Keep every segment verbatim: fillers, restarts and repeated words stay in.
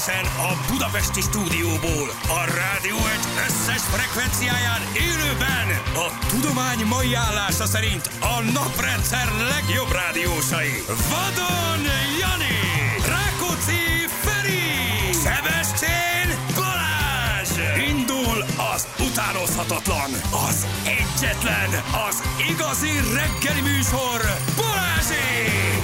Egyenesen a budapesti stúdióból, a Rádió egy összes frekvenciáján élőben a tudomány mai állása szerint a naprendszer legjobb rádiósai. Vadon Jani, Rákóczi Feri, Sebestyén Balázs. Indul az utánozhatatlan, az egyetlen, az igazi reggeli műsor, Balázsék!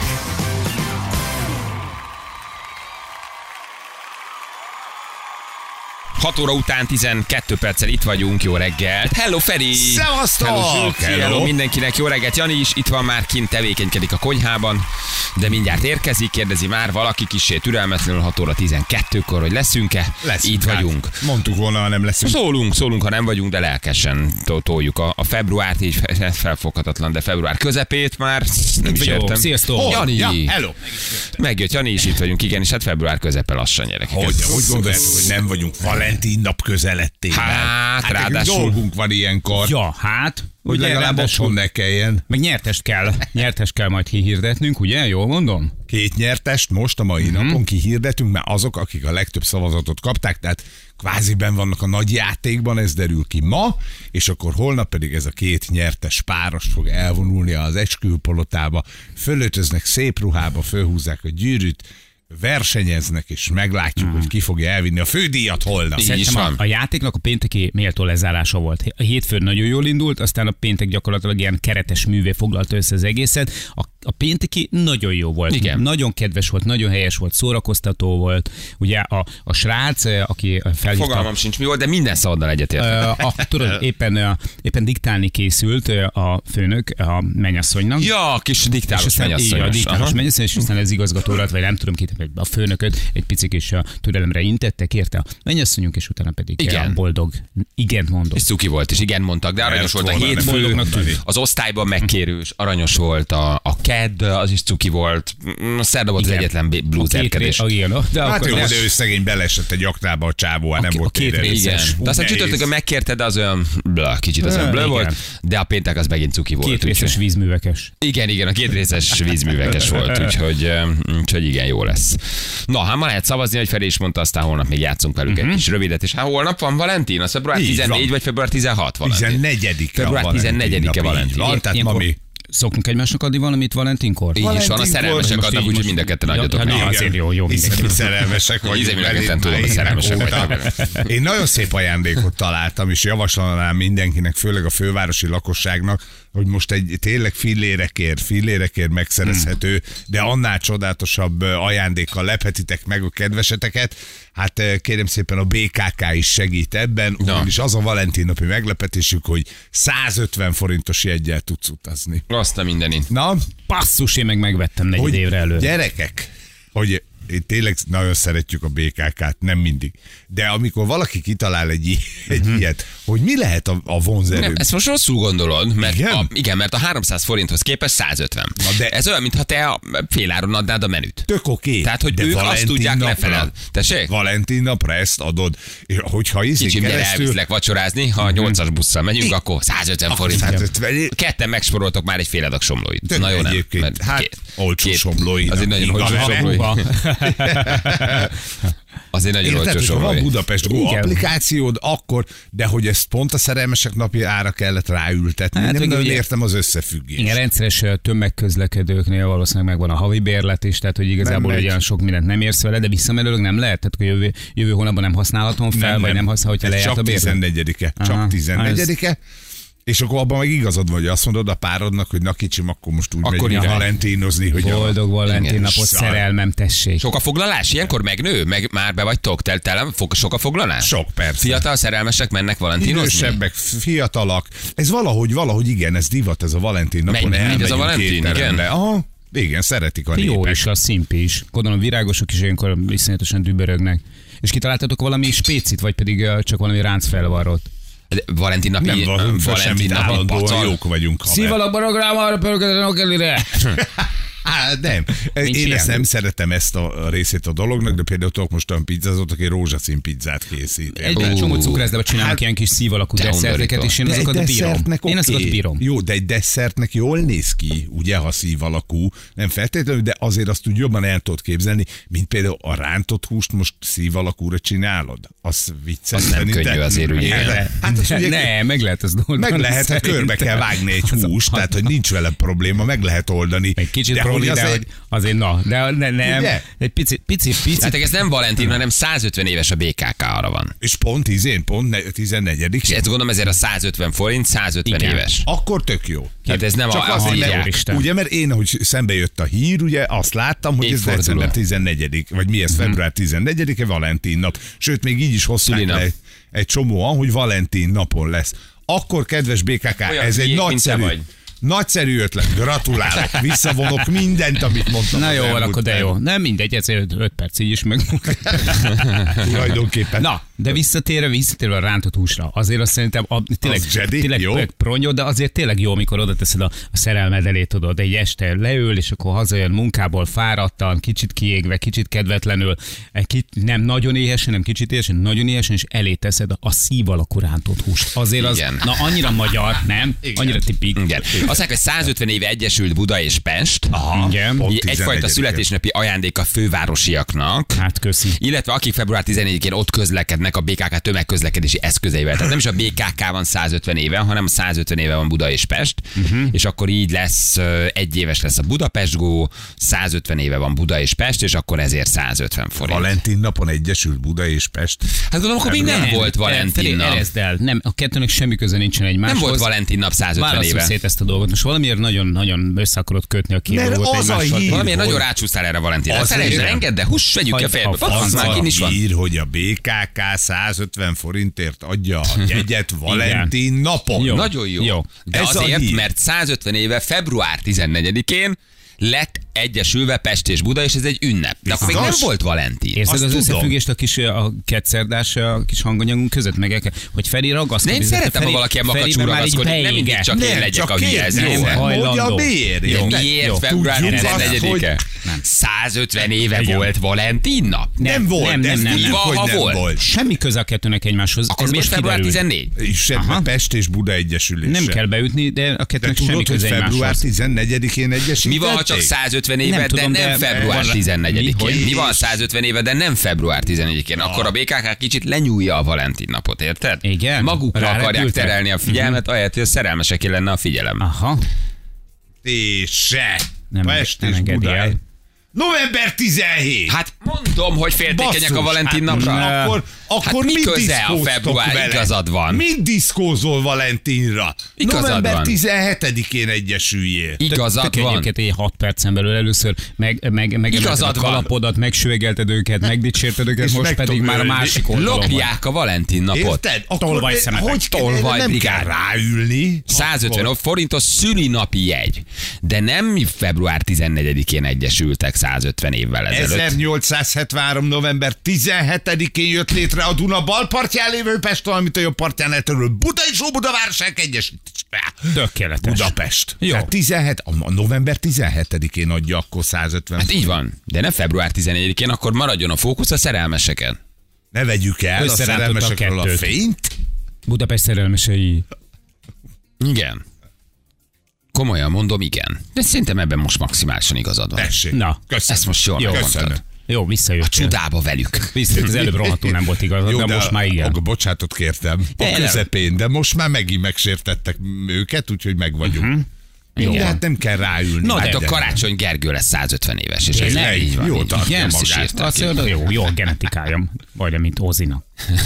hat óra után tizenkettő perccel itt vagyunk, jó reggelt. Hello Feri! Szevasztok! Hello, hello. hello mindenkinek, jó reggelt. Jani is itt van már kint, tevékenykedik a konyhában, de mindjárt érkezik, kérdezi már valaki kissé türelmetlenül hat óra tizenkettőkor, hogy leszünk-e? Leszünk, itt hát vagyunk. Mondtuk volna, ha nem leszünk. Szólunk, szólunk, ha nem vagyunk, de lelkesen toljuk a, a februárt, így felfoghatatlan, de február közepét már nem is értem. Sziasztok! Oh, Jani! Ja, hello! Megjött Jani is, itt vagyunk, igen, és hát február közepe lassan, gyerekek. Hogy, Ez- hogy gondoljátok, hogy nem vagyunk Valentin nap közelettével? Hát, hát ráadásul- dolgunk van ilyenkor, Ja, hát, hogy ugye, legalább ráadásul- otthon ne kelljen. Meg nyertest kell, nyertest kell majd kihirdetnünk, ugye? Jól mondom? Két nyertest most a mai Mhm. napon kihirdetünk, mert azok, akik a legtöbb szavazatot kapták, tehát kvázi benn vannak a nagy játékban, ez derül ki ma, és akkor holnap pedig ez a két nyertes páros fog elvonulni az esküvőpalotába, fölöltöznek szép ruhába, fölhúzzák a gyűrűt, versenyeznek, és meglátjuk, hogy ki fogja elvinni a fődíjat holnap. Így is Szerintem a, van. a játéknak a pénteki méltó lezárása volt. A hétfőn nagyon jól indult, aztán a péntek gyakorlatilag ilyen keretes művé foglalta össze az egészet. A, a pénteki nagyon jó volt. Igen. Nagyon kedves volt, nagyon helyes volt, szórakoztató volt. Ugye a, a srác, aki felhívta... Fogalmam sincs mi volt, de minden szavaddal egyetért. Ö, a, tudod, éppen, ö, éppen diktálni készült ö, a főnök a mennyasszonynak. Ja, kis És diktálós aztán így, a mennyasszonyos. diktáros Aha. mennyasszony, és aztán az igazgatórat, vagy nem tudom ki, a főnököt egy picit is a türelemre intette, kérte a mennyasszonyunk, és utána pedig Igen. a boldog igent mondott. És cuki volt, és igen mondtak, de aranyos Ezt volt a volna, nem hétfő, boldognak tűnik. az osztályban megkérős, aranyos volt a, a kedd, az is cuki volt, a szerda volt az Igen. egyetlen b- blues A két erkedés. ré- igen, de Hát akkor jó, nem- de ő szegény beleesett egy aknába a csávó, hát nem A- volt a két tére. rész. Igen, Hú, de aztán nehéz. csütörtökön megkérte, de az olyan blö, kicsit az olyan blö Igen. volt, de a péntek az megint cuki volt. Két részes úgyhogy- vízművekes. Igen, igen, a két részes vízművekes volt, úgyhogy, ö, úgyhogy igen, jó lesz. Na, hát ma lehet szavazni, hogy Feri is mondta, aztán holnap még játszunk velük Mhm. egy kis rövidet, és hát holnap van Valentin, az február Így tizennégy van. vagy február tizenhat Valentin. tizennegyedike Február a Valentin tizennegyedike nap, így Valentin. van, tehát Ilyenkor mami. Szoktunk egymásnak adni valamit Valentinkor? Így is van, a Valentinkor, szerelmesek most adnak, így úgyhogy most- mind a ketten Ja, adjatok ja, neki. na, azért jó, jó, Hiszen mi mindenki. szerelmesek vagyunk. Íze, mind a mert ketten én tudom, hogy már szerelmesek évek vagytok. óta. Én nagyon szép ajándékot találtam, és javasolnám mindenkinek, főleg a fővárosi lakosságnak, hogy most egy tényleg fillérekért, fillérekért megszerezhető, de annál csodálatosabb ajándékkal lephetitek meg a kedveseteket. Hát kérem szépen a bé ká ká is segít ebben, Na. ugyanis az a Valentin napi meglepetésük, hogy százötven forintos jeggyel tudsz utazni. Azt a mindenit. Na, Basszus, én meg megvettem negyed évre előre. gyerekek, hogy én tényleg nagyon szeretjük a bé ká kát, nem mindig. De amikor valaki kitalál egy, i- egy Mhm. ilyet, hogy mi lehet a, a vonzerő? Nem, ezt most rosszul gondolod, mert Igen? igen, a, igen, mert a háromszáz forinthoz képest százötven. Na de- Ez olyan, mintha te a féláron adnád a menüt. Tök oké. Tehát, hogy de ők azt Valentin tudják napra- lefeled. Tessék? Valentin napra ezt adod. És hogyha izén Kicsim, gyere, keresztül... elviszlek vacsorázni, ha nyolcas busszal megyünk, akkor százötven forint. százötven. Ketten megsporoltok már egy fél adag somlóit. Tök Na jó, nem. egyébként. mert Hát, két- olcsó két- somlóinak. Az egy nagyon Igaz, olcsó ne? somlói. Húha. Az egy nagyon Érted, olcsó hogyha van somlói. Budapest Go Igen. applikációd, akkor, de hogy ezt pont a szerelmesek napjára kellett ráültetni. Hát, Nem meg nagyon ugye- értem az összefüggést. Igen, rendszeres ö, tömegközlekedőknél valószínűleg megvan a havi bérlet is, tehát hogy igazából megy. olyan sok mindent nem érsz vele, de visszamenőleg nem lehet, tehát hogy jövő, jövő hónapban nem használhatom fel, vagy nem használ, hogyha Ez lejárt a csak bérlet. tizennegyedike. Aha. Csak tizennegyedike. És akkor abban meg igazad vagy, azt mondod a párodnak, hogy na kicsim, akkor most úgy Akkor megyünk igen. valentinozni, hogy a... Boldog Valentin Igen, napot, szar. szerelmem, tessék. Sok a foglalás? Ilyenkor megnő? Meg már be vagytok? Tel, tele, fog, sok a foglalás? Sok, persze. Fiatal szerelmesek mennek valentinozni? Idősebbek, fiatalak. Ez valahogy, valahogy igen, ez divat, ez a Valentin napon. Megy- megy ez a elmegyünk Valentin, étterembe. igen? Aha, igen, szeretik a Jó népek. is, a szimpi is. Gondolom virágosok is ilyenkor iszonyatosan dübörögnek. És kitaláltatok valami spécit, vagy pedig ö, csak valami ráncfelvarrót? De Valentin napi, Nem vagyunk fel Valentin semmit, napi állandóan pacal. jók vagyunk. haver. Szívalakban a grámára pörgetlen a kelire. Hát nem. Nincs Én ilyen. ezt nem szeretem, ezt a részét a dolognak, de például tudok most olyan pizzázót, aki rózsaszín pizzát készít. Egy érted? csomó cukrászdába csinálnak Hát- ilyen kis szív alakú De desszerteket, undorító. és én De azokat egy bírom. desszertnek Én azokat oké. bírom. Jó, de egy desszertnek jól néz ki, ugye, ha szív alakú, nem feltétlenül, de azért azt úgy jobban el tudod képzelni, mint például a rántott húst most szív alakúra csinálod. Az vicces. Az nem szerintem. könnyű azért, ugye. Érted? Hát az ugye, Ne, meg lehet ezt oldani. meg lehet, ha körbe szerintem. kell vágni egy húst, tehát hogy nincs vele probléma, meg lehet oldani. Egy kicsit de proli, hogy de az hogy egy- azért na, de ne, nem, Ugye? egy pici, pici, pici. Hát ez nem Valentin, hanem százötven éves a bé ká ká arra van. És pont izén, pont ne- És tizennegyedik. ezt gondolom ezért a százötven forint, százötven Igen. éves. Akkor tök jó. Hát ez nem Csak a, a azért, hangja. mert, Isten. ugye, mert én, ahogy szembe jött a hír, ugye azt láttam, hogy ez Évforduló. december tizennegyedik, vagy mi ez, február tizennegyedike, Valentin nap. Sőt, még így is hozták Szülinap. le egy, egy csomóan, hogy Valentin napon lesz. Akkor, kedves bé ká ká, Olyan ez egy hülyék, mint te nagyszerű, vagy. nagyszerű ötlet. Gratulálok, visszavonok mindent, amit mondtam. Na az jó, van, elmúlt akkor de jó. percben. Nem mindegy, ezért öt perc így is meg. Tulajdonképpen. Na, de visszatérve, visszatérve a rántott húsra, azért azt szerintem a, tényleg, Az Jedi, tényleg jó? tényleg pronyó, de azért tényleg jó, amikor oda teszed a, a szerelmed elé, tudod, egy este leül, és akkor hazajön munkából fáradtan, kicsit kiégve, kicsit kedvetlenül, egy kicsit, nem nagyon éhesen, nem kicsit éhesen, nagyon éhesen, és elé teszed a, a szív alakú rántott húst. Azért az, Igen. na annyira magyar, nem? Annyira tipik. Igen. Azt mondják, hogy százötven éve egyesült Buda és Pest. Aha, Igen. pont Így egyfajta tizennegyedike. születésnapi ajándék a fővárosiaknak. Hát köszi. Illetve akik február tizenegyedikén ott közlekednek a bé ká ká tömegközlekedési eszközeivel. Tehát nem is a bé ká ká van százötven éve, hanem százötven éve van Buda és Pest, uh-huh. és akkor így lesz, ö, egy éves lesz a Budapest Go, százötven éve van Buda és Pest, és akkor ezért százötven forint. Valentin napon egyesült Buda és Pest. Hát gondolom, akkor még nem, volt Valentin Feri, nap. erezd el. Nem, a kettőnek semmi köze nincsen egymáshoz. Nem volt Valentin nap százötven Válasszuk éve. szét ezt a dolgot. Most valamiért nagyon-nagyon össze akarod kötni a két Mert dolgot az a egymással. hír. Valamiért hogy- nagyon rácsúsztál erre Valentinra. Az Felejtsd, igen. engedd, de hús, vegyük ki a Ha- fejbe. ha- Fasz, Az már a kint is van. hír, hogy a bé ká ká százötven forintért adja a jegyet Valentin napon. Jó. Nagyon jó. Jó. De Ez a azért, hír. mert százötven éve február tizennegyedikén lett egyesülve Pest és Buda, és ez egy ünnep. De akkor még nem Biztos? volt Valentin. Érzed Azt az tudom. összefüggést a kis a ketszerdás a kis hanganyagunk között, meg hogy Feri ragaszkodik. Nem szeretem, ha valaki a makacsú ragaszkodik, nem mindig csak én legyek a hülye, ez jó. kérdezem, Hajlandó. hogy a miért? De Jó. miért Jó. február Tudjuk azt, tizennegyedike? hogy- százötven éve Igen. volt Valentin nap? Nem volt, nem, nem, ezt nem, tudjuk, nem. hogy Ha nem volt. volt. Semmi köze a kettőnek egymáshoz. Akkor Ez most miért február kiderül? tizennégy? És sem Pest és Buda egyesülése. Nem kell beütni, de a De kettőnek semmi tudod, hogy köze február egymáshoz. tizennegyedikén egyesítették? Mi van, ha csak százötven éve, Nem de tudom, nem de- február van- tizennegyedikén? Mi? Mi van százötven éve, de nem február tizenegyedikén? Akkor a bé ká ká kicsit lenyúlja a Valentin napot, érted? Igen? Magukra akarják Rárepültek? terelni a figyelmet, ahelyett, hogy a szerelmeseké lenne a figyelem. Aha. És se. Nem- Pest nem és engedi Buda. el. november tizenhetedike. Hát mondom, hogy féltékenyek a Valentin hát, napra. Akkor, akkor mi mit köze a diszkóztok február? vele? Igazad van. Mit diszkózol Valentinra? Igazad november van. tizenhetedikén egyesüljél. Igazad Tök van. egyébként egy hat percen belül először meg, meg, meg Igazad a van. kalapodat, megsüvegelted őket, megdicsérted őket, És most meg pedig tudod már a ölni. másik oldalon van. Lopják a Valentin napot. Érted? Akkor Tolvaj ne- szemetek. hogy kell, Tolvaj nem brigád. kell ráülni. százötven Akkor- forintos szülinapi jegy. De nem mi február tizennegyedikén egyesültek százötven évvel ezelőtt. ezernyolcszázhetvenhárom. november tizenhetedikén jött létre a Duna bal partján lévő Pest, valamint a jobb partján elterülő Buda és Óbuda városák egyesítése. Tökéletes. Budapest. Jó. Tehát tizenhet, a november tizenhetedikén adja akkor százötven. Hát így van. De nem február tizenegyedikén, akkor maradjon a fókusz a szerelmeseken. Ne vegyük el a Összerántotta a szerelmesekről a kettőt. fényt. Budapest szerelmesei. Igen. Komolyan mondom, igen. De szerintem ebben most maximálisan igazad van. Tessék. Na, Köszönöm. Ezt most jól Jó, megmondtad. köszönöm. Jó, A visszajöttél. csudába velük. Visszajött, az előbb rohadtul nem volt igaz, Jó, de most már igen. Akkor bocsánatot kértem. A De nem. közepén, de most már megint megsértettek őket, úgyhogy meg vagyunk. Uh-huh. Jó, Igen. hát nem kell ráülni. Na, hát a De- Karácsony Gergő lesz százötven éves, és ez Tényleg? így van. Jó így van. tartja Ezt is magát. írták Azt ki. mondja, jó, jó a genetikájam. Vagy mint Ozina.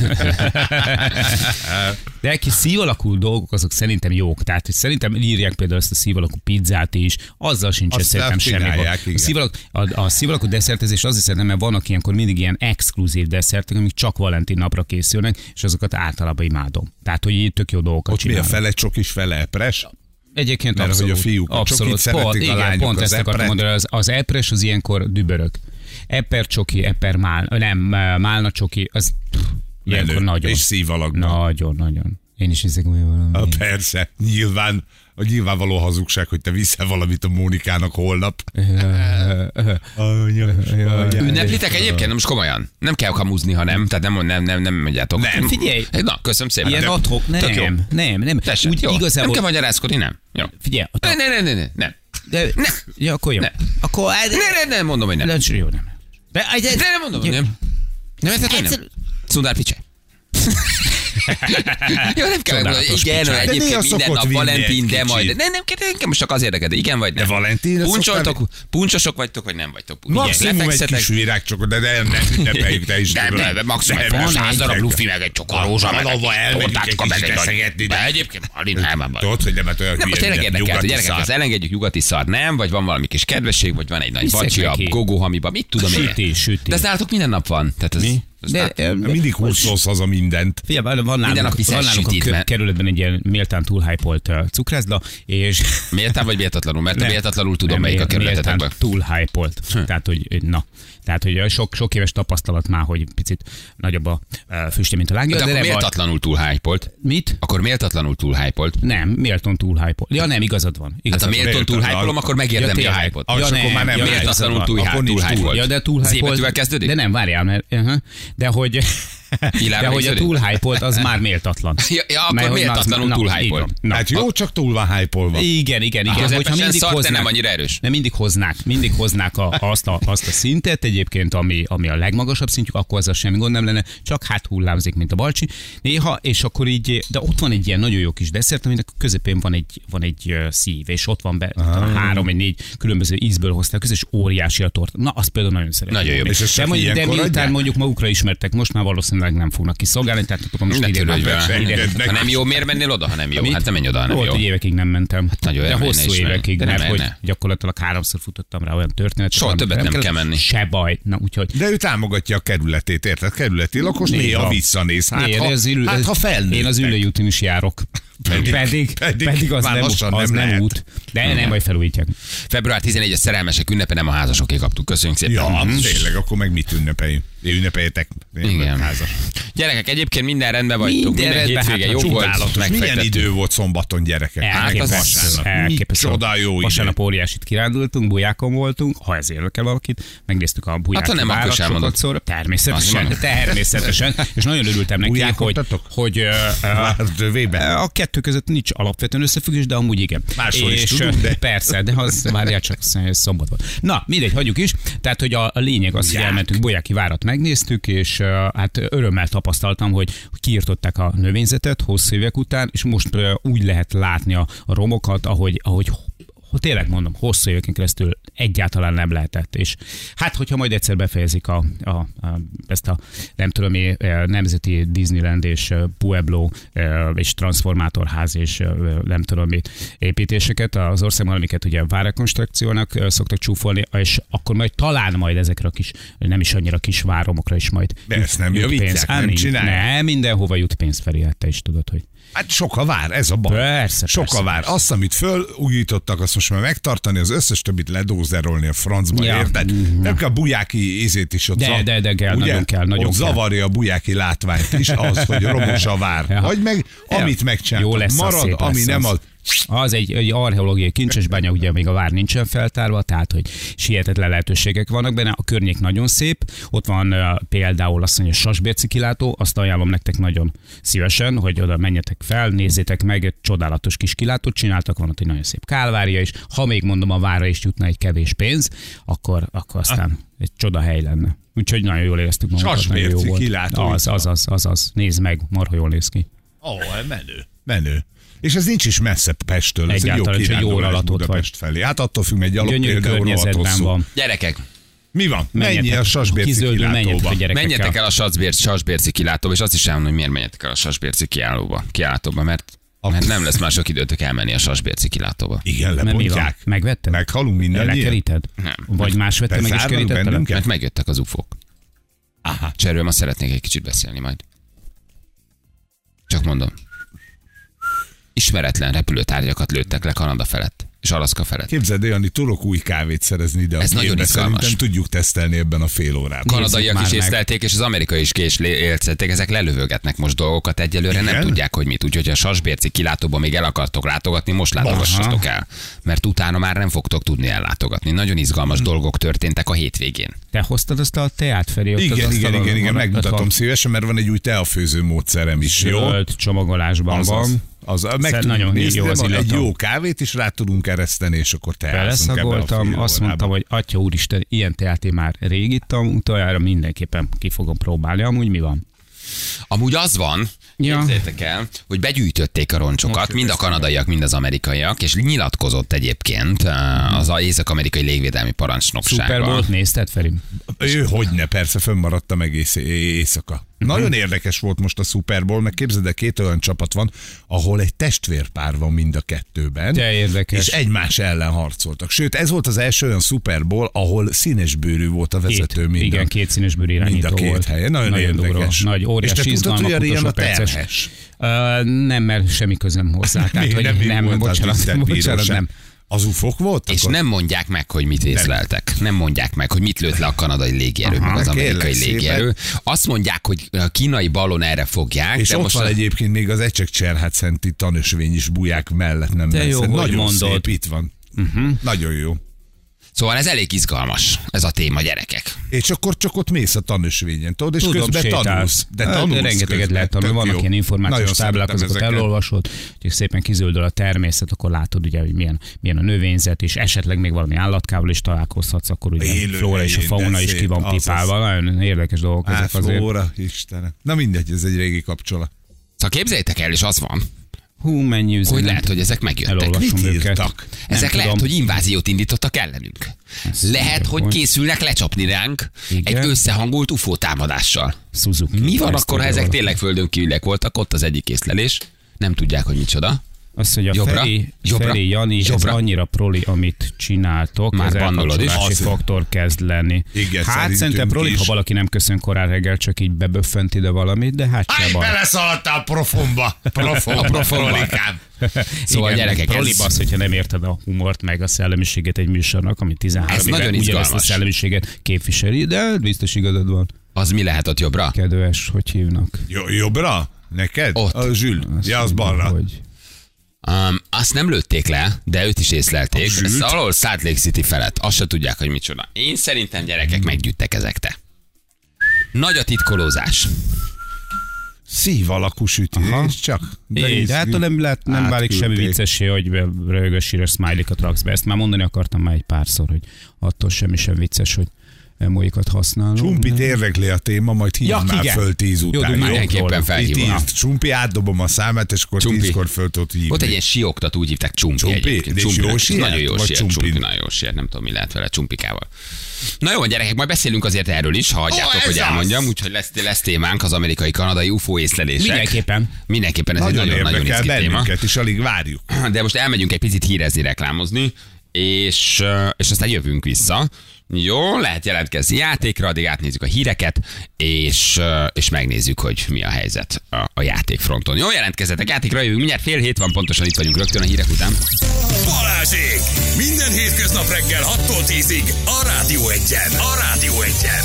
De egy kis szív alakú dolgok azok szerintem jók. Tehát hogy szerintem írják például ezt a szív alakú pizzát is, azzal sincs Azt szerintem semmi csinálják, gond. A igen. szív alakú, a, a szív alakú desszertezés azért szeretem, mert vannak ilyenkor mindig ilyen exkluzív desszertek, amik csak Valentin napra készülnek, és azokat általában imádom. Tehát, hogy így tök jó dolgokat Ott mi a csinálnak. fele csokis, fele epres? Egyébként Mert abszolút. hogy a fiúk a abszolút. csokit szeretik, pont, a igen, lányok pont az ezt akartam epret. mondani, az, az epres az ilyenkor dübörök. Eper csoki, eper mál, nem, málna csoki, az pff, ilyenkor Menő. nagyon. És szív alakban. Nagyon, nagyon. Én is hiszek, hogy valami. Ah, persze, nyilván a nyilvánvaló hazugság, hogy te viszel valamit a Mónikának holnap. Ünneplitek egyébként? Nem most komolyan. Nem kell kamuzni, ha nem. Tehát nem, nem, nem, nem mondjátok. Nem. Figyelj. Na, köszönöm szépen. Ilyen De- adhok, tök jó. nem, nem, nem. Tessék, Úgy jó. igazából... Nem kell magyarázkodni, nem. Jó. Figyelj, a Ne, ne, ne, ne, ne, nem. De, Ne. Ja, akkor jó. Ne. Akkor... Ne, ne, ne, mondom, hogy nem. Nem. Jó, nem. De, de, De nem mondom, hogy nem. Nem érted, hogy nem? Egyszer- Szundár Picse. Jó, nem kell megmondani. Csodálatos Igen, De Picse. néha egyébként minden szokott nap vinni Valentin, egy de kicsit. majd. Ne, nem kell, engem most csak az érdekel, igen vagy nem. De Valentinre Puncsoltok, szoktál- puncsosok vagytok, vagy nem vagytok. Maximum egy Lefekszetek. kis virágcsokor, de nem, nem ünnepeljük, te is. Nem, nem, maximum egy száz darab lufi, meg egy csokor rózsa, meg Valahova egy elmegyünk tortácska, egy meg kicsit egy eszegetni, nagy... de- De egyébként, Halin, nem, nem, nem. Tudod, hogy nem, mert olyan Nem, most hülye, tényleg mint érdekel, hogy nyugati gyerekek, szar. az elengedjük nyugati szar, nem? Vagy van valami kis kedvesség, vagy van egy nagy Viszek vacsi a neki. gogóhamiba, mit tudom én. Sütés, sütés. De ez nálatok minden nap van. Tehát ez, Mi? ez De, nát- eh, Mindig húszolsz haza mindent. Figyelj, van Minden nálunk, nap viszel van nálunk a sütit, kö- mert- kerületben egy ilyen méltán túlhypolt uh, cukrászda, és... Méltán vagy méltatlanul? Mert a Nem. méltatlanul tudom, Nem, melyik a mél- kerületetekben. méltán túlhypolt. Hm. Tehát, hogy na. Tehát, hogy sok, sok éves tapasztalat már, hogy picit nagyobb a uh, füstje, mint a lángja. De akkor nem baj. méltatlanul túl hype-olt. Mit? Akkor méltatlanul túl hype-olt. Nem, méltón túlhypolt. Ja, nem, igazad van. Hát Igazad a van. méltón túl Méltatlan. hype-olom, akkor megérdemli Ja, a tényleg. hype-ot. Ah, és akkor már nem ja, lehet. Méltatlanul igazad túl van. Akkor nincs túl. hype-olt. Ja, de túl Z betűvel kezdődik? De nem, várjál, mert, uh-huh. de hogy, Ilár de hogy a végződik? túl hype az már méltatlan. Ja, ja, akkor Mert hogy na, méltatlanul na, túl így hype-olt. van. Na, Hát jó, csak túl van hype-olva. Igen, igen, igen. Közepesen Hogyha mindig szar, de hoznák, nem annyira erős. nem mindig hoznák, mindig hoznák a, azt, a, azt a szintet egyébként, ami, ami a legmagasabb szintjük, akkor az semmi gond nem lenne, csak hát hullámzik, mint a balcsi. Néha, és akkor így, de ott van egy ilyen nagyon jó kis desszert, aminek a közepén van egy, van egy ö, szív, és ott van be, ah. három, vagy négy különböző ízből hozták közé, és óriási a torta. Na, azt például nagyon szeretem. Nagyon jó. És ezt De, csak mondjuk, de ilyenkor miután adják? mondjuk magukra ismertek, most már valószínűleg nem fognak kiszolgálni, tehát akkor most Ne ide törődj már- vele. ide- Engedd meg. Ha nem jó, miért mennél oda, ha nem jó? Mit? Hát nem menj oda, ha nem Volt, jó. hogy évekig nem mentem. Hát nagyon de élménye hosszú is menni. évekig, De nem mert hogy menne. gyakorlatilag háromszor futottam rá olyan történetet. Soha amit többet nem kell kellett. menni. Se baj. Na, úgyhogy De ő támogatja a kerületét, érted? Kerületi lakos néha, Néha. visszanéz. Hát, Én ha, az ülő, hát, ha felnőttek. Én az ülőjúton is járok. Pedig- Pedig, pedig pedig, az, már nem, lassan az nem nem, lehet. út. De nem, majd felújítják. Február tizenegyedike a szerelmesek ünnepe, nem a házasoké kaptuk. Köszönjük szépen. Ja, Mhm. tényleg, akkor meg mit ünnepeljünk? Ünnepeljetek. Igen. Házas. Gyerekek, egyébként minden rendben vagytok. Minden Minden, rendben, hétvége hát, jó volt. Csodálatos. Milyen megfektettünk. idő volt szombaton, gyerekek? Elképesztő. vasárnap. Elképesztő. Micsoda jó idő. Vasárnap óriásit kirándultunk, bujákon voltunk, ha ez érdekel valakit, megnéztük a bujáki Hát, ha nem, akkor várat sem sokat mondod. szóra. Természetesen, Azt természetesen. És nagyon örültem neki, hogy, Bujákoltatok? hogy ö, ö, Várt övébe? a kettő között nincs alapvetően összefüggés, de amúgy igen. Máshol is és, tudunk, de- Persze, de az várjál csak szombat volt. Na, mindegy, hagyjuk is. Tehát, hogy a, a lényeg az, hogy Buják. elmentünk, Bolyáki várat megnéztük, és uh, hát örömmel tapasztaltam, hogy kiirtották a növényzetet hosszú évek után, és most uh, úgy lehet látni a, a romokat, ahogy, ahogy hogy tényleg mondom, hosszú éveken keresztül egyáltalán nem lehetett. És hát, hogyha majd egyszer befejezik a, a, a, ezt a nem tudom én, nemzeti Disneyland és Pueblo és Transformátorház és nem tudom mi építéseket az országban, amiket ugye várakonstrukciónak szoktak csúfolni, és akkor majd talán majd ezekre a kis, nem is annyira kis váromokra is majd De ezt nem jut javítják, pénz. nem Á, csinálják. Nem, mindenhova jut pénz felé, hát te is tudod, hogy. Hát sok a vár, ez a baj. Persze, Sok persze, a vár. persze. Azt, amit fölújítottak, azt most már megtartani, az összes többit ledózerolni a francba, Ja. érted? Nem kell a bujáki ízét is ott De, zav- de, de kell, ugye? nagyon kell, nagyon ott kell. zavarja a bujáki látványt is az, hogy romos a vár. Ja. Vagy meg, amit Jó megcsináltak, lesz az, marad, szép ami lesz nem az. az. Az egy, egy archeológiai kincsesbánya, ugye még a vár nincsen feltárva, tehát hogy sietetlen lehetőségek vannak benne. A környék nagyon szép. Ott van uh, például azt mondja, Sasbérci kilátó, azt ajánlom nektek nagyon szívesen, hogy oda menjetek fel, nézzétek meg, egy csodálatos kis kilátót csináltak, van ott egy nagyon szép kálvária is. Ha még mondom a várra is jutna egy kevés pénz, akkor, akkor aztán egy csoda hely lenne. Úgyhogy nagyon jól éreztük magunkat, nagyon jó Sasbérci volt. kilátó Az, itt van. az, az, az, az. Nézd meg, marha jól néz ki. Ó, menő. Menő. És ez nincs is messze Pesttől, ez egy jó Egyáltalán, csak jó kirándulás alatt ott Budapest felé. Hát attól függ, egy gyalog Gyönyörű például rohadt környezetben hosszú. van. Gyerekek, Mi van? Mennyi Menjetek. a Sasbérci Kizöldül, menjetek a kilátóba? gyerekekkel. menjetek el a Sasbérci, Sasbérci kilátóba, és azt is elmondom, hogy miért menjetek el a Sasbérci kiállóba, kilátóba, mert, mert nem lesz mások időtök elmenni a Sasbérci kilátóba. Igen, Mert mi van? lebontják. Megvetted? Meghalunk mindannyian. Lekeríted? Nem. Vagy más vette meg és Bezárnak kerítette le? bennünket? Mert megjöttek az ufók. Aha. És erről ma szeretnék egy kicsit beszélni majd. Csak mondom. Ismeretlen repülőtárgyakat lőttek le Kanada felett. és Alaszka felett. Képzeld, Jani, tudok új kávét szerezni ide. Ez nagyon izgalmas. Szerintem tudjuk tesztelni ebben a fél órában. Kanadaiak is észlelték, és az amerikai is kés élcelték, ezek lelövögetnek most dolgokat egyelőre, nem Igen? tudják, hogy mit. Úgyhogy a Sasbérci kilátóban még el akartok látogatni, most látogassatok el, mert utána már nem fogtok tudni ellátogatni. Nagyon izgalmas dolgok történtek a hétvégén. Te hoztad azt a teát, Feri? ott az Igen, igen, asztalon igen, igen, van, megmutatom van. szívesen, mert van egy új teafőző módszerem is, jó? Zöld csomagolásban Azaz. van. Az, meg Szer- tudunk nagyon nézni, jó de az van egy illata. jó kávét is rá tudunk ereszteni, és akkor teázunk ebbe a Beleszagoltam, fél azt órába. mondtam, hogy atya úristen, ilyen teát én már rég ittam, utoljára mindenképpen ki fogom próbálni. Amúgy mi van? Amúgy az van, Ja. képzeljétek el, hogy begyűjtötték a roncsokat, Most mind a kanadaiak, mind az amerikaiak, és nyilatkozott egyébként eh, az észak-amerikai légvédelmi Super parancsnoksága. Bowl-t nézted, Feri? Ő hogyne, persze, fönnmaradtam egész é- éjszaka. Nagyon érdekes volt most a Super Bowl, meg képzeld el, két olyan csapat van, ahol egy testvérpár van mind a kettőben. De érdekes. És egymás ellen harcoltak. Sőt, ez volt az első olyan Super Bowl, ahol színesbőrű volt a vezető Két, mind. igen, két színes bőr irányító mind a két volt. helyen. Nagyon, nagyon érdekes. Durva, nagy, óriási és te tudtad, izgalmak, hogy a Rihanna utolsó perces. terhes? Uh, nem, mert semmi közöm hozzá. Tehát, Mi, hogy nem, nem, volt az bocsánat, tiszteltbíróság? bocsánat, nem. Az ufok volt? És nem mondják meg, hogy mit észleltek. Nem mondják meg, hogy mit lőtt le a kanadai légierő, Aha, meg az kérlek amerikai szépen. légierő. Azt mondják, hogy a kínai ballon erre fogják. És de ott most van a... egyébként még az Ecsek-Cserhát-szenti tanösvény is buják mellett, nem De messze. jó, hogy Nagyon mondod. szép, itt van. Uh-huh. Nagyon jó. Szóval ez elég izgalmas, ez a téma, gyerekek. És akkor csak ott mész a tanösvényen, tudod, és Tudom, közben sétálsz. tanulsz. De Hát, tanulsz rengeteget közben. lehet tanulni, Tök vannak jó. ilyen információs Nagyon táblák, szeretem azokat ezeket. elolvasod, hogy szépen kizöldül a természet, akkor látod ugye, hogy milyen, milyen a növényzet, és esetleg még valami állatkával is találkozhatsz, akkor ugye Élő a flóra és a helyén, de fauna is ki szép, van azaz. pipálva. Nagyon érdekes dolgok Á, ezek azért. flóra, Istenem. Na mindegy, ez egy régi kapcsolat. Szóval képzeljétek el, és az van, Hú, mennyi üzenet. hogy lehet, hogy ezek megjöttek. Elolvasom Mit őket. írtak? Ezek Nem lehet, tudom. hogy inváziót indítottak ellenünk. Ezt Lehet, mondják, hogy hogy- készülnek lecsapni ránk Igen. egy összehangolt ufó támadással. Suzuki. Mi van Ezt akkor, ha írja ezek valaki. tényleg földön kívüliek voltak? Ott az egyik észlelés. Nem tudják, hogy micsoda. Azt mondja, Jobbra, Feri, jobbra, Feri, Jani, jobbra. ez annyira proli, amit csináltok. Már ez bannolod is. elkapcsolási Az- faktor kezd lenni. Igen, hát szerintünk szerintem proli, is. ha valaki nem köszön korán reggel, csak így beböffent ide valamit, de hát se Hány baj. beleszaladtál a profomba? Profomba, prolikám. Szóval Igen, gyerekek, proli ez- az, hogyha nem érted a humort, meg a szellemiséget egy műsornak, ami tizenhárom Ez éve nagyon ugyanezt a izgalmas. szellemiséget képviseli, de biztos igazad van. Az mi lehet ott jobbra? Kedves, hogy hívnak? Jó, jobbra? Neked? Ott. A Zsül. Azt Ja, az mondom, balra. Hogy... Um, azt nem lőtték le, de őt is észlelték. A zsűlt? Ez alól Salt Lake City felett. Azt se tudják, hogy micsoda. Én szerintem gyerekek meggyűjtek ezek te. Nagy a titkolózás. Szív alakú sütés, csak. É, de hát nem, lehet, nem válik semmi átküldték. viccessé, hogy röhögös, síres smiley-kat raksz be. Ezt már mondani akartam már egy párszor, hogy attól semmi sem vicces, hogy emóikat használom. Csumpit érdekli a téma, majd hívj Ja, már igen. föl tíz Jó, után. de jó? mindenképpen Itt felhívom. írt Csumpi, átdobom a számát, és akkor Csumpi. tízkor föl tudod hívni. Ott egy ilyen sioktat, úgy hívták Csumpi, Csumpi? egyébként. És Csumpi. jó siet? Nagyon jó Vagy siet, csumpin? Csumpi, nagyon jó siet, nem tudom, mi lehet vele Csumpikával. Na jó, gyerekek, majd beszélünk azért erről is, ha hagyjátok, ez hogy az! elmondjam, úgyhogy lesz, lesz témánk az amerikai-kanadai u f o észlelések. Mindenképpen. Mindenképpen ez Nagyon egy nagyon-nagyon érdekel izgi téma. bennünket, és alig várjuk. De most elmegyünk egy picit hírezni, reklámozni, és, és aztán jövünk vissza. Jó, lehet jelentkezni játékra, addig átnézzük a híreket, és, és megnézzük, hogy mi a helyzet a, a játékfronton. Jó, jelentkezzetek játékra, jövünk mindjárt fél hét van, pontosan itt vagyunk rögtön a hírek után. Balázsék! Minden hétköznap reggel hattól tízig a Rádió Egyen. A Rádió Egyen.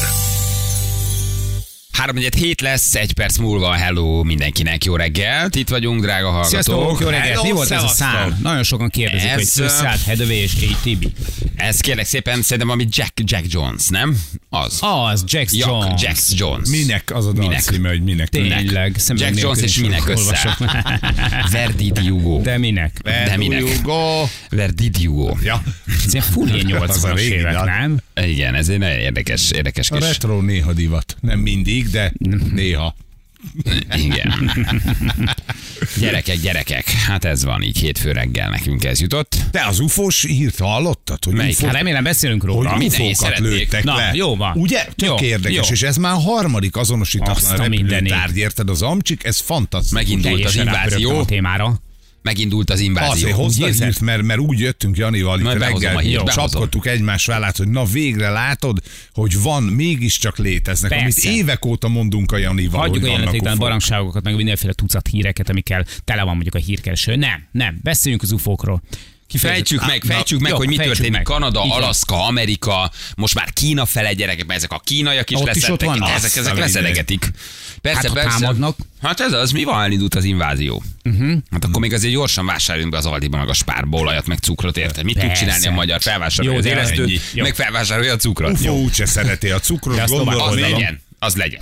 három hét lesz, egy perc múlva, hello mindenkinek, jó reggelt, itt vagyunk, drága hallgatók. Sziasztok, jó reggelt! Hello, Mi volt ez a szevasztok. szám? Nagyon sokan kérdezik, Ez, hogy összeállt Hathaway és á té bé. Ez kérlek szépen, szerintem ami Jack, Jack Jones, nem? Az. Az, Jax Jack, Jones. Jack Jones. Minek az a Minek? dalcíme, hogy minek? Tényleg. szemben Jack Jones nélkül és is minek olvasok. össze? Where did you go? De minek? De minek? Go. Where did you go? Ja. Ez ilyen full ilyen Az a nyolcvanas régi évek, dal. nem? Igen, ez egy nagyon érdekes, érdekes A kis... retro néha divat. Nem mindig, de néha. Igen. Gyerekek, gyerekek, hát ez van, így hétfő reggel nekünk ez jutott. Te az ufós hírt hallottad? Hogy Melyik? ufók- Hát remélem beszélünk róla. hogy Mindenki ufókat szeretnék. lőttek Na, le. jó van. Ugye? Tök Jó, érdekes, jó. és ez már a harmadik Azt azonosítatlan a mindenit. repülőtárgy, érted? Az Amcsik, ez fantasztikus. Megindult az Teljesen rátörögtem invázió. a témára. Megindult az Azért invázió. hozta érzed? hírt, mert, mert úgy jöttünk Janival itt Majd behozom reggel, a hírt, behozom. csapkodtuk egymás vállát, hogy na végre látod, hogy van, mégiscsak léteznek, Persze. amit évek óta mondunk a Janival, Hagyjuk a hogy vannak jelentéktelen ufók. barangságokat, meg mindenféle tucat híreket, amikkel tele van mondjuk a hírkereső. Nem, nem, beszéljünk az ufókról. Fejtsük meg, fejtsük meg, jó, hogy mi fejtsük történik. meg. Kanada, Igen. Alaszka, Amerika, most már Kína fele gyerekek, mert ezek a kínaiak is Ott is ott leszettek. vannak. Ezek, Azt ezek a leszedegetik. Persze, Hát, ha persze. támadnak. Hát ez az, mi van, elindult az invázió. Uh-huh. Hát akkor még azért gyorsan vásároljunk be az Aldiban meg a Spárba olajat, meg cukrot, érted? Mit tud Persze. csinálni a magyar? Felvásárolja Jó, az de élesztőt, ennyi. Jó. meg felvásárolja a cukrot. Ufó úgyse szereti a cukrot, De azt gondolom. Az Oldalon. legyen. Az legyen.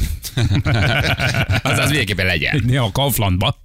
az, az mindenképpen legyen. Ne a Kauflandba.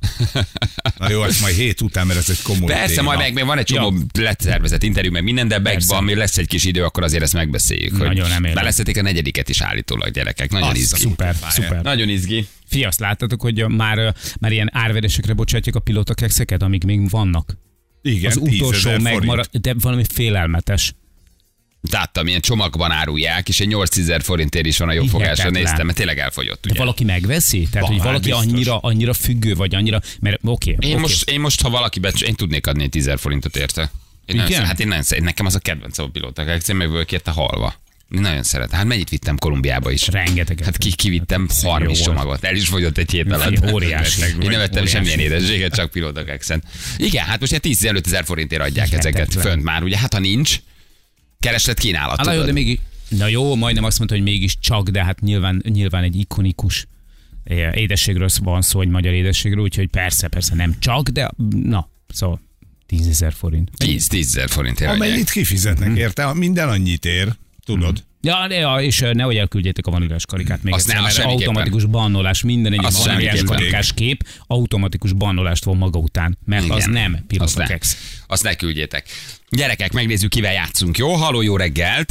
Na jó, ezt majd hét után, mert ez egy komoly Persze, téma. majd meg, meg van egy csomó ja. letervezett interjú, meg minden, de meg van, mi lesz egy kis idő, akkor azért ezt megbeszéljük. Hogy Nagyon remélem. Már leszették a negyediket is állítólag, gyerekek. Nagyon Azt a izgi. Szuper, szuper. Nagyon izgi. Fi, azt láttatok, hogy már, már ilyen árverésekre bocsátják a pilótakekszeket, amik még vannak? Igen, Az utolsó megmarad, de valami félelmetes. Láttam, ilyen csomagban árulják, és egy nyolcszázezer forintért is van a jobbfogásra, Hihetetlen. néztem, mert tényleg elfogyott. De Ugye? valaki megveszi? Tehát, Van, hogy valaki biztos. annyira, annyira függő, vagy annyira, mert oké. Én, oké. most, én most, ha valaki becs, én tudnék adni egy tízezer forintot érte. Én nagyon Igen? szeret, hát én nagyon szeret, nekem az a kedvencem a pilóták, egyszer meg kérte halva. Én nagyon szeretem. Hát mennyit vittem Kolumbiába is? Rengeteget. Hát ki, kivittem harminc jó csomagot. El is fogyott egy hét alatt. Fi, óriási. Én nem vettem Óriási. semmilyen édességet, csak pilótakexen. Igen, hát most ilyen tíz-tizenöt ezer forintért adják Hihetetlen. ezeket fönt már. Ugye hát ha nincs, kereslet kínálat. Hát, na jó, de tudod. még, na jó, majdnem azt mondta, hogy mégis csak, de hát nyilván, nyilván egy ikonikus eh, édességről van szó, egy magyar édességről, úgyhogy persze, persze nem csak, de na, szóval tízezer forint. tíz-tízezer forintért adják. Amennyit kifizetnek érte, minden annyit ér, tudod. Ja, de, ja, és eh, nehogy elküldjétek a vaníliás karikát még Azt egyszer, ne, mert azt semmiképpen. automatikus bannolás, minden egyes Azt vaníliás semmiképpen. karikás kép automatikus bannolást von maga után, mert Igen. az nem Azt ne, pilótakex. azt ne küldjétek. Gyerekek, megnézzük, kivel játszunk. Jó? Halló, jó reggelt!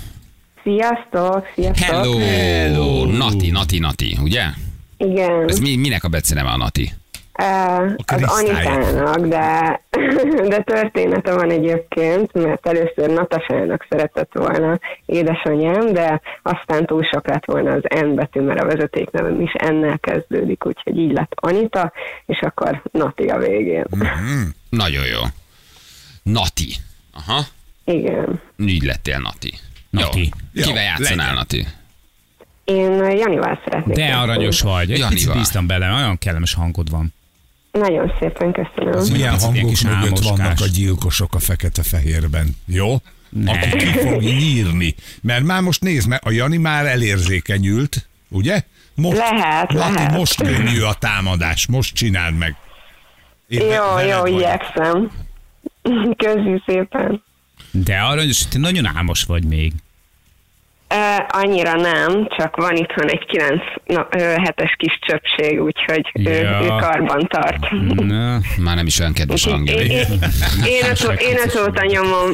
Sziasztok, sziasztok. Hello! Hello! Nati, Nati, Nati, ugye? Igen, Ez mi, minek a beceneve a Nati? uh, az Krisztály. Anitának, de, de története van egyébként, mert először Natasának szeretett volna édesanyám, de aztán túl sok lett volna az N betű, mert a vezetéknevem is ennel kezdődik, úgyhogy így lett Anita, és akkor Nati a végén. Nagyon jó. Nati. Aha. Igen. Így lettél Nati. Nati. Jó. Kivel Jó, játszanál, legyen. Nati? Én Janival szeretnék. De játszani. aranyos vagy. Egy Janival. picit bíztam bele, olyan kellemes hangod van. Nagyon szépen köszönöm. Milyen Ilyen hangok kis mögött álmoskás. vannak a gyilkosok a fekete-fehérben, jó? Ne. Aki ki fog nyírni. Mert már most nézd meg, a Jani már elérzékenyült, ugye? Most, Lehet, Nati, lehet. most könnyű a támadás, most csináld meg. Én Jó, veled jó, vagyok. igyekszem. Köszi szépen. De aranyos, te nagyon álmos vagy még. Uh, annyira nem, csak van itthon egy kilenc hetes kis csöpség, úgyhogy ő, Ja. ő karban tart. Na, Már nem is olyan kedves Én, hangja. én, én, én, öt- én öt nyomom.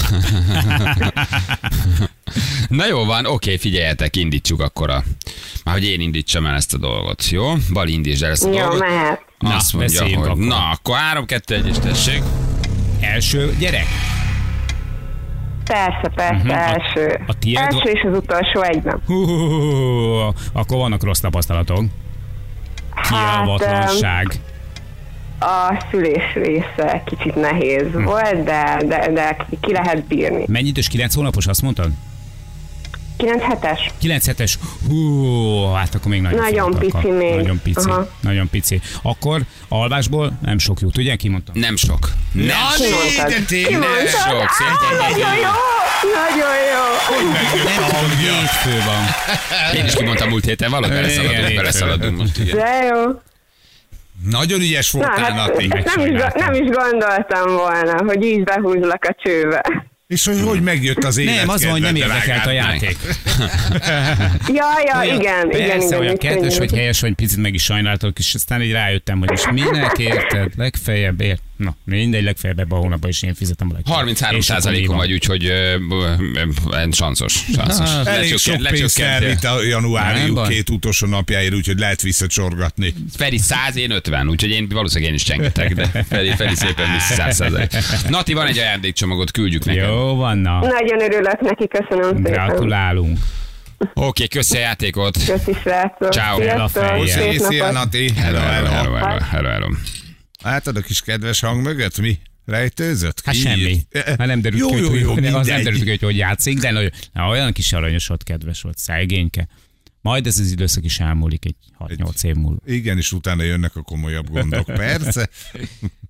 Na jó van, oké, figyeljetek, indítsuk akkor a... Már hogy én indítsam el ezt a dolgot, jó? Bali, indítsd el ezt a Jó, dolgot. mehet. Azt Na, mondja, beszéljünk hogy akkor. na, akkor három, kettő, egy, és tessék. első gyerek. Persze, persze, Mhm, a- első. a tiéd első va- és az utolsó egyben. Hú, hú, hú, hú, akkor vannak rossz tapasztalatok. Kialvatlanság. A szülés része kicsit nehéz Hm. volt, de, de, de ki lehet bírni. Mennyi idős? kilenc hónapos, azt mondtad? kilenc hetes. kilenc hetes. Hú, hát akkor még nagyon Nagyon fiatal. pici még. Nagyon pici. Aha. Nagyon pici. Akkor alvásból nem sok jut, ugye? Kimondtam. Nem sok. Nem Nani, Kimondtad. de tényleg. Kimondtad. sok. Á, Szerintem nagyon jó! Nagyon jó! Nem tudom, hétfő van. Én is kimondtam múlt héten, valahogy Igen, beleszaladunk, igen. beleszaladunk most. Igen. De jó. Nagyon ügyes Na, voltál, hát Nati. nem is, Megcsináltam. nem is gondoltam volna, hogy így behúzlak a csőbe. És hogy hogy megjött az élet Nem, az van, hogy nem kedve, érdekelt a drágám. játék. Ja, ja, Olyan- igen, igen, persze, igen. olyan úgy kedves könnyű. vagy, helyes vagy, picit meg is sajnáltok, és aztán így rájöttem, hogy és minek érted, legfeljebb ért. Na, mindegy, legfeljebb ebben a hónapban is én fizetem a legfeljebb. harminchárom És akkor százalékon így van. vagy, úgyhogy ö, ö, ö, sanszos. sanszos. Hát, Elég sok pénzt elvitt a Nem januári baj. két utolsó napjáért, úgyhogy lehet visszacsorgatni. Feri száz, én ötven, úgyhogy én valószínűleg én is csengetek, de Feri, Feri szépen vissza száz százalék. Nati, van egy ajándékcsomagot, küldjük neked. Jó van, na. Nagyon örülök neki, köszönöm szépen. Gratulálunk. Oké, köszi a játékot. Köszi, srácok. Ciao. Sziasztok, Hello, szép Szia, szia, napot. Nati. Hello, hello, hello, hello, hello, hello. Látod a kis kedves hang mögött? Mi? Rejtőzött? Hát Ki semmi. írt? Hát nem derült jó, ki, jó, hogy, jó, hogy, az nem mindegy. derült ki, hogy hogy játszik, de nagyon, na, olyan kis aranyos volt, kedves volt, szegényke. Majd ez az időszak is elmúlik egy hat-nyolc év múlva. Igen, és utána jönnek a komolyabb gondok. Persze.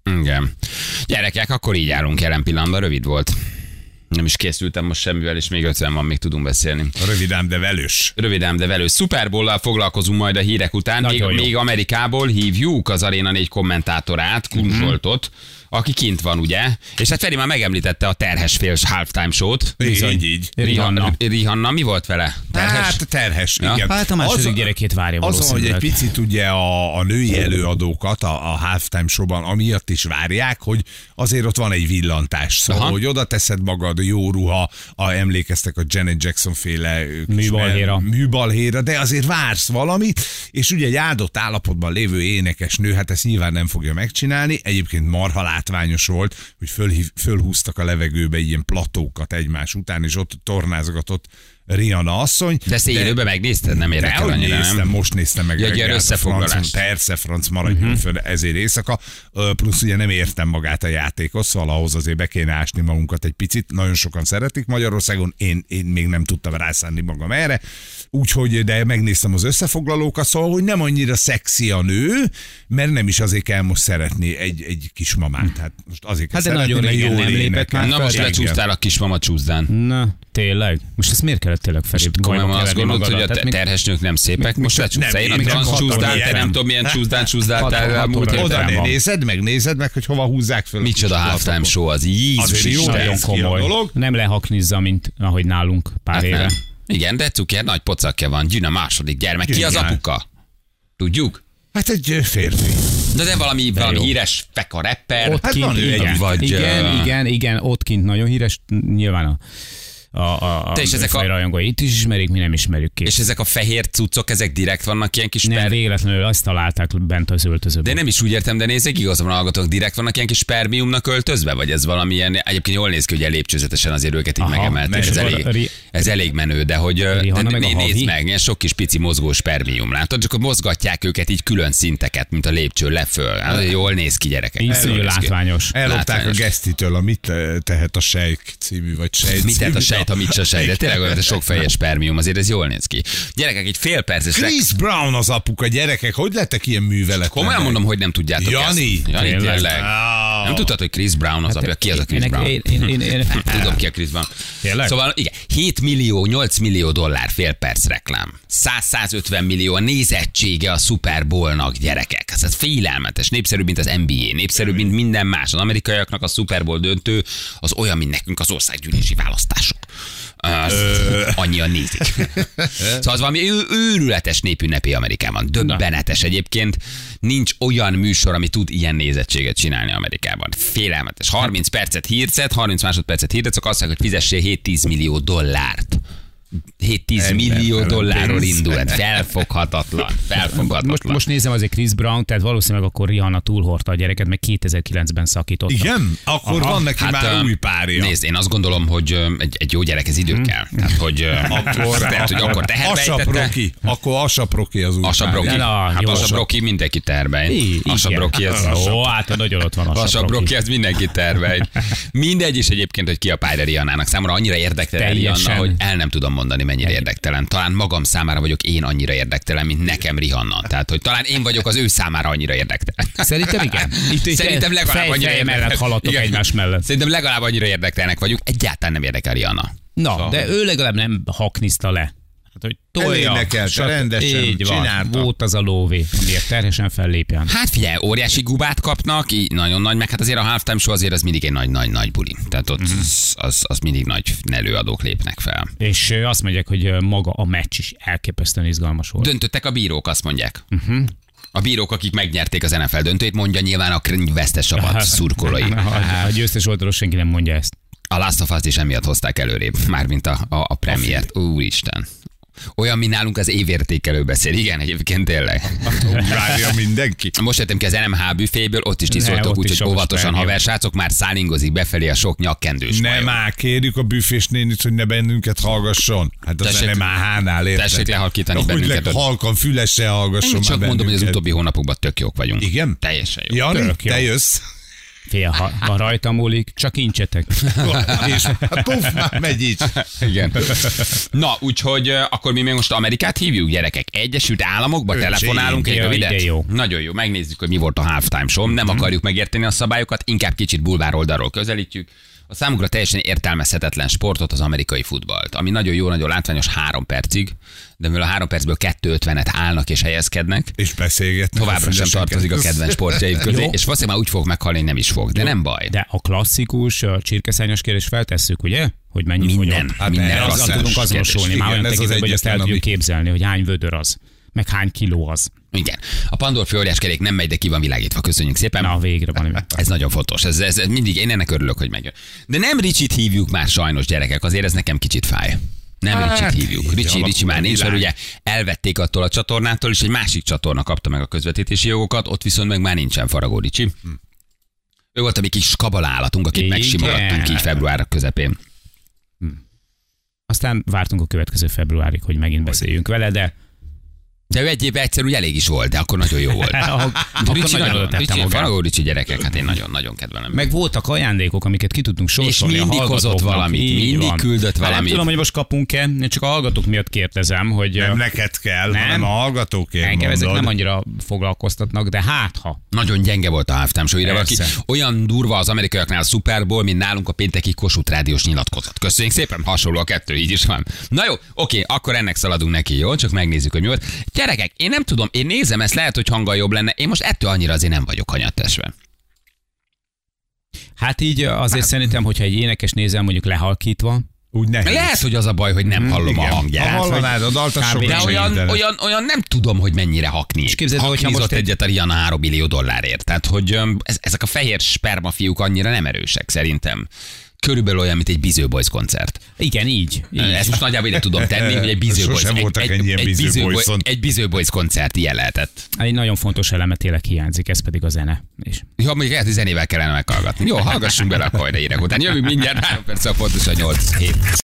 Igen. Gyerekek, akkor így állunk jelen pillanatban, rövid volt. Nem is készültem most semmivel, és még ötven van, még tudunk beszélni. Rövidám, de velős. Rövidám, de velős. Super Bowl-lal foglalkozunk majd a hírek után. Még, még Amerikából hívjuk az Aréna négy kommentátorát, Kun uh-huh. Zsoltot, aki kint van, ugye? És hát Feri már megemlítette a terhes fél halftime show-t. Így, így. Rihanna. Rihanna, mi volt vele? Terhes? Hát terhes, ja. igen. Hát a második az, gyerekét várja valószínűleg. Az, hogy egy picit ugye a, a női előadókat a, a halftime show-ban amiatt is várják, hogy azért ott van egy villantás. Szóval, aha. hogy oda teszed magad, jó ruha, a, emlékeztek a Janet Jackson féle műbalhéra. műbalhéra, de azért vársz valamit, és ugye egy áldott állapotban lévő énekesnő, hát ezt nyilván nem fogja megcsinálni. Egyébként marha látványos volt, hogy fölhív, fölhúztak a levegőbe ilyen platókat egymás után, és ott tornázgatott Rihanna asszony. De ezt élőben megnézted? Nem érdekel annyira, néztem, nem? most néztem meg. Ja, egy összefoglalás. Persze, franc, maradjunk uh-huh. föl ezért éjszaka. Plusz ugye nem értem magát a játékot, szóval ahhoz azért be kéne ásni magunkat egy picit. Nagyon sokan szeretik Magyarországon, én, én még nem tudtam rászánni magam erre. Úgyhogy, de megnéztem az összefoglalókat, szóval, hogy nem annyira szexi a nő, mert nem is azért kell most szeretni egy, egy kismamát. Hát most azért kell hát szeretni, mert jól énekel. Na most lecsúsztál a kismama csúszdán. Na, tényleg? Most ezt miért kellett tényleg Feri? Komolyan azt gondolod, hogy a terhes nők nem szépek? Most lecsúsztál. Én a transz csúszdán, te nem tudom milyen csúszdán csúszdáltál. Oda ne nézed meg, nézed meg, hogy hova húzzák föl. Micsoda halftime show az. Jézus Isten. Nagyon komoly. Nem lehaknizza, mint ahogy nálunk pár éve. Igen, de cuker, nagy pocakja van. Gyűn a második gyermek. Ki az apuka? Tudjuk? Hát egy férfi. De de valami, de valami híres feka rapper. Ott hát kint, van ő igen, egy, vagy... Igen, igen, igen, ott kint nagyon híres, nyilván a a, a, a és ezek a rajongói itt is ismerik, mi nem ismerjük ki. És ezek a fehér cuccok, ezek direkt vannak ilyen kis nem, per... véletlenül azt találták bent az öltözőben. De nem is úgy értem, de nézzék, igazam hallgatók, direkt vannak ilyen kis spermiumnak öltözve, vagy ez valamilyen, egyébként jól néz ki, hogy lépcsőzetesen azért őket így megemelték. Ez elég, ri... ez elég menő, de hogy de né, nézd meg, ilyen sok kis pici mozgó spermium, látod, csak hogy mozgatják őket így külön szinteket, mint a lépcső leföl. Hát, jól néz ki, gyerekek. Iszonyú látványos. Ellopták a Gesztitől a Mit tehet a sejk című, vagy sejt. Mit tehet a sejt, ha mit se sejt. Tényleg olyan, hogy sok fejes spermium, azért ez jól néz ki. Gyerekek, egy fél perces... Chris rek... Brown az apuka, gyerekek, hogy lettek ilyen művelet? Komolyan mondom, hogy nem tudjátok Jani. ezt. Jani, tényleg. Oh. Nem tudtad, hogy Chris Brown az apja? Ki az a Chris Brown? Én, én, én, én... Tudom, ki a Chris Brown. Tényleg? Szóval igen, hét millió, nyolc millió dollár fél perc reklám. száz-százötven millió a nézettsége a Super Bowl-nak, gyerekek. Ez félelmetes, népszerűbb, mint az en bé á, népszerűbb, mint minden más. Az amerikaiaknak a Super Bowl döntő az olyan, mint nekünk az országgyűlési választások. Uh, annyian nézik. Szóval az valami őrületes népünnepi Amerikában. Döbbenetes egyébként. Nincs olyan műsor, ami tud ilyen nézettséget csinálni Amerikában. Félelmetes. harminc percet hirdetsz, harminc másodpercet hirdetsz, akkor azt mondják, hogy fizessél hét-tíz millió dollárt. hét-tíz millió dollárról indul, hát felfoghatatlan, felfoghatatlan. Most, most nézem azért Chris Brown, tehát valószínűleg akkor Rihanna túlhorta a gyereket, meg kétezer-kilencben szakította. Igen? Akkor Aha. van neki hát, már új párja. Nézd, én azt gondolom, hogy egy, egy jó gyerek, ez idő kell. Hmm. Tehát, hogy akkor, tehát, hogy akkor Asaproki. Akkor Asaproki az új Asaproki. párja. Hát Asaproki mindenki tervei. Asaproki az... Ó, hát nagyon ott van Asaproki. Asaproki, ez mindenki tervei. Mindegy is egyébként, hogy ki a párja Rihannának. Számomra annyira érdektelen Rihanna, hogy el nem tudom mondani, mennyire érdektelen. Talán magam számára vagyok én annyira érdektelen, mint nekem Rihanna. Tehát, hogy talán én vagyok az ő számára annyira érdektelen. Szerintem igen. Itt, itt Szerintem legalább annyira mellett haladtok egymás mellett. Szerintem legalább annyira érdekelnek vagyunk. Egyáltalán nem érdekel Rihanna. Na, szóval. De ő legalább nem hakniszta le. Hát, hogy tolja, elénekelte, rendesen így csinálta. Van, volt az a lóvé, amiért terhesen fellépjen. Hát figyelj, óriási gubát kapnak, így nagyon nagy, meg hát azért a halftime show azért az mindig egy nagy-nagy-nagy buli. Tehát ott mm-hmm. az, az, az mindig nagy előadók lépnek fel. És azt mondják, hogy maga a meccs is elképesztően izgalmas volt. Döntöttek a bírók, azt mondják. Uh-huh. A bírók, akik megnyerték az en ef el döntőjét, mondja nyilván a vesztes csapat szurkolói. A győztes oldalról senki nem mondja ezt. A Last of Us-t is emiatt hozták előrébb, mármint a, a, a premiért. Úristen. Olyan, mint nálunk az évértékelő beszél. Igen, egyébként tényleg. Várja mindenki. Most jöttem ki az en em há büféből, ott is tiszoltok, úgyhogy óvatosan haversrácok, már szállingozik befelé a sok nyakkendős Nem majom. már kérjük a büfés nénit, hogy ne bennünket hallgasson. Hát az tessék, en em há-nál, érted? Tessék lehalkítani bennünket. Hogy halkan fülesse hallgasson. Én csak mondom, hogy az utóbbi hónapokban tök jók vagyunk. Igen? Teljesen jó. Jani, te jössz. Fél, ha, ha rajta múlik, csak incsetek. És a puff már megy is. Igen. Na, úgyhogy uh, akkor mi még most Amerikát hívjuk, gyerekek? Egyesült Államokba Öcsém, telefonálunk egy jó, rövidet? ide jó. Nagyon jó, megnézzük, hogy mi volt a halftime show. Nem akarjuk megérteni a szabályokat, inkább kicsit bulvár oldalról közelítjük. A számukra teljesen értelmezhetetlen sportot, az amerikai futballt, ami nagyon jó, nagyon látványos három percig, de mivel a három percből kettő ötvenet állnak és helyezkednek, És beszélgetnek. továbbra sem tartozik a kedvenc sportjaim közé, és valószínűleg már úgy fog meghalni, hogy nem is fog, de nem baj. De a klasszikus a csirkeszárnyas kérdést feltesszük, ugye? Hogy mennyi Minden, fogyott? hát minden ne, Azzal klasszikus tudunk azonosulni, kérdés. már olyan Igen, ez az tekintetben, hogy azt el egyetlen, tudjuk ami- képzelni, hogy hány vödör az, meg hány kiló az. Igen. A Pandorfi óriáskerék nem megy, de ki van világítva. Köszönjük szépen. Na, végre valami. Ez nagyon fontos. Ez, ez, ez mindig, én ennek örülök, hogy megjön. De nem Ricsit hívjuk már sajnos, gyerekek, azért ez nekem kicsit fáj. Nem Hát, Ricsit hívjuk. így Ricsi, alakul Ricsi már a nincs, mert világ. ugye elvették attól a csatornától, és egy másik csatorna kapta meg a közvetítési jogokat, ott viszont meg már nincsen Faragó Ricsi. Hm. Ő volt a mi kis kabalállatunk, akit Igen. megsimogattunk így február közepén. Aztán vártunk a következő februárig, hogy megint beszéljünk vele, de De ő egy évben egyszer úgy elég is volt, de akkor nagyon jó volt. akkor Ricsi nagyon oda tettem Ricsi, magát. Faragó Ricsi gyerekek, hát én nagyon-nagyon kedvelem. Meg voltak ajándékok, amiket ki tudtunk És sorsolni a mindig hozott hallgatóknak. valamit, Így mindig van. küldött Hát nem valamit. tudom, hogy most kapunk-e, én csak a hallgatók miatt kérdezem, hogy Nem neked kell, Nem. hanem a hallgatókért engem ezek mondod. nem annyira foglalkoztatnak, de hát ha. Nagyon gyenge volt a halftime show, ide valaki. Persze. Olyan durva az amerikaiaknál a Super Bowl, mint nálunk a pénteki Kossuth rádiós nyilatkozat. Köszönjük szépen, hasonló a kettő, így is van. Na jó, oké, akkor ennek szaladunk neki, jó? Csak megnézzük, hogy mi volt. Gyerekek, én nem tudom, én nézem ezt, lehet, hogy hanggal jobb lenne. Én most ettől annyira azért nem vagyok hanyattesve. Hát így azért szerintem, hogyha egy énekes nézel mondjuk lehalkítva, Úgy nehéz. Lehet, hogy az a baj, hogy nem hallom a Igen. hangját. Ha hallanád a dalt, az Kb. sokkal De olyan, segítene. olyan, olyan nem tudom, hogy mennyire hakni. És képzeld el, hogyha Haknizott most egy- egyet a Rihanna három millió dollárért. Tehát, hogy öm, ez, ezek a fehér spermafiúk annyira nem erősek szerintem. Körülbelül olyan, mint egy Biző Boys koncert. igen, így. így. Ezt most nagyjából ide tudom tenni, hogy egy Biző Boys, Sosem egy, voltak egy, ennyien egy, Biző Biző Boys, Boyson. egy Biző Boys koncert ilyen lehetett. Egy nagyon fontos eleme tényleg hiányzik, ez pedig a zene. És Ja, mondjuk lehet, hogy zenével kellene meghallgatni. Jó, hallgassunk bele a Kajda érek után. Jövünk mindjárt, három perc a pontosan nyolc hét.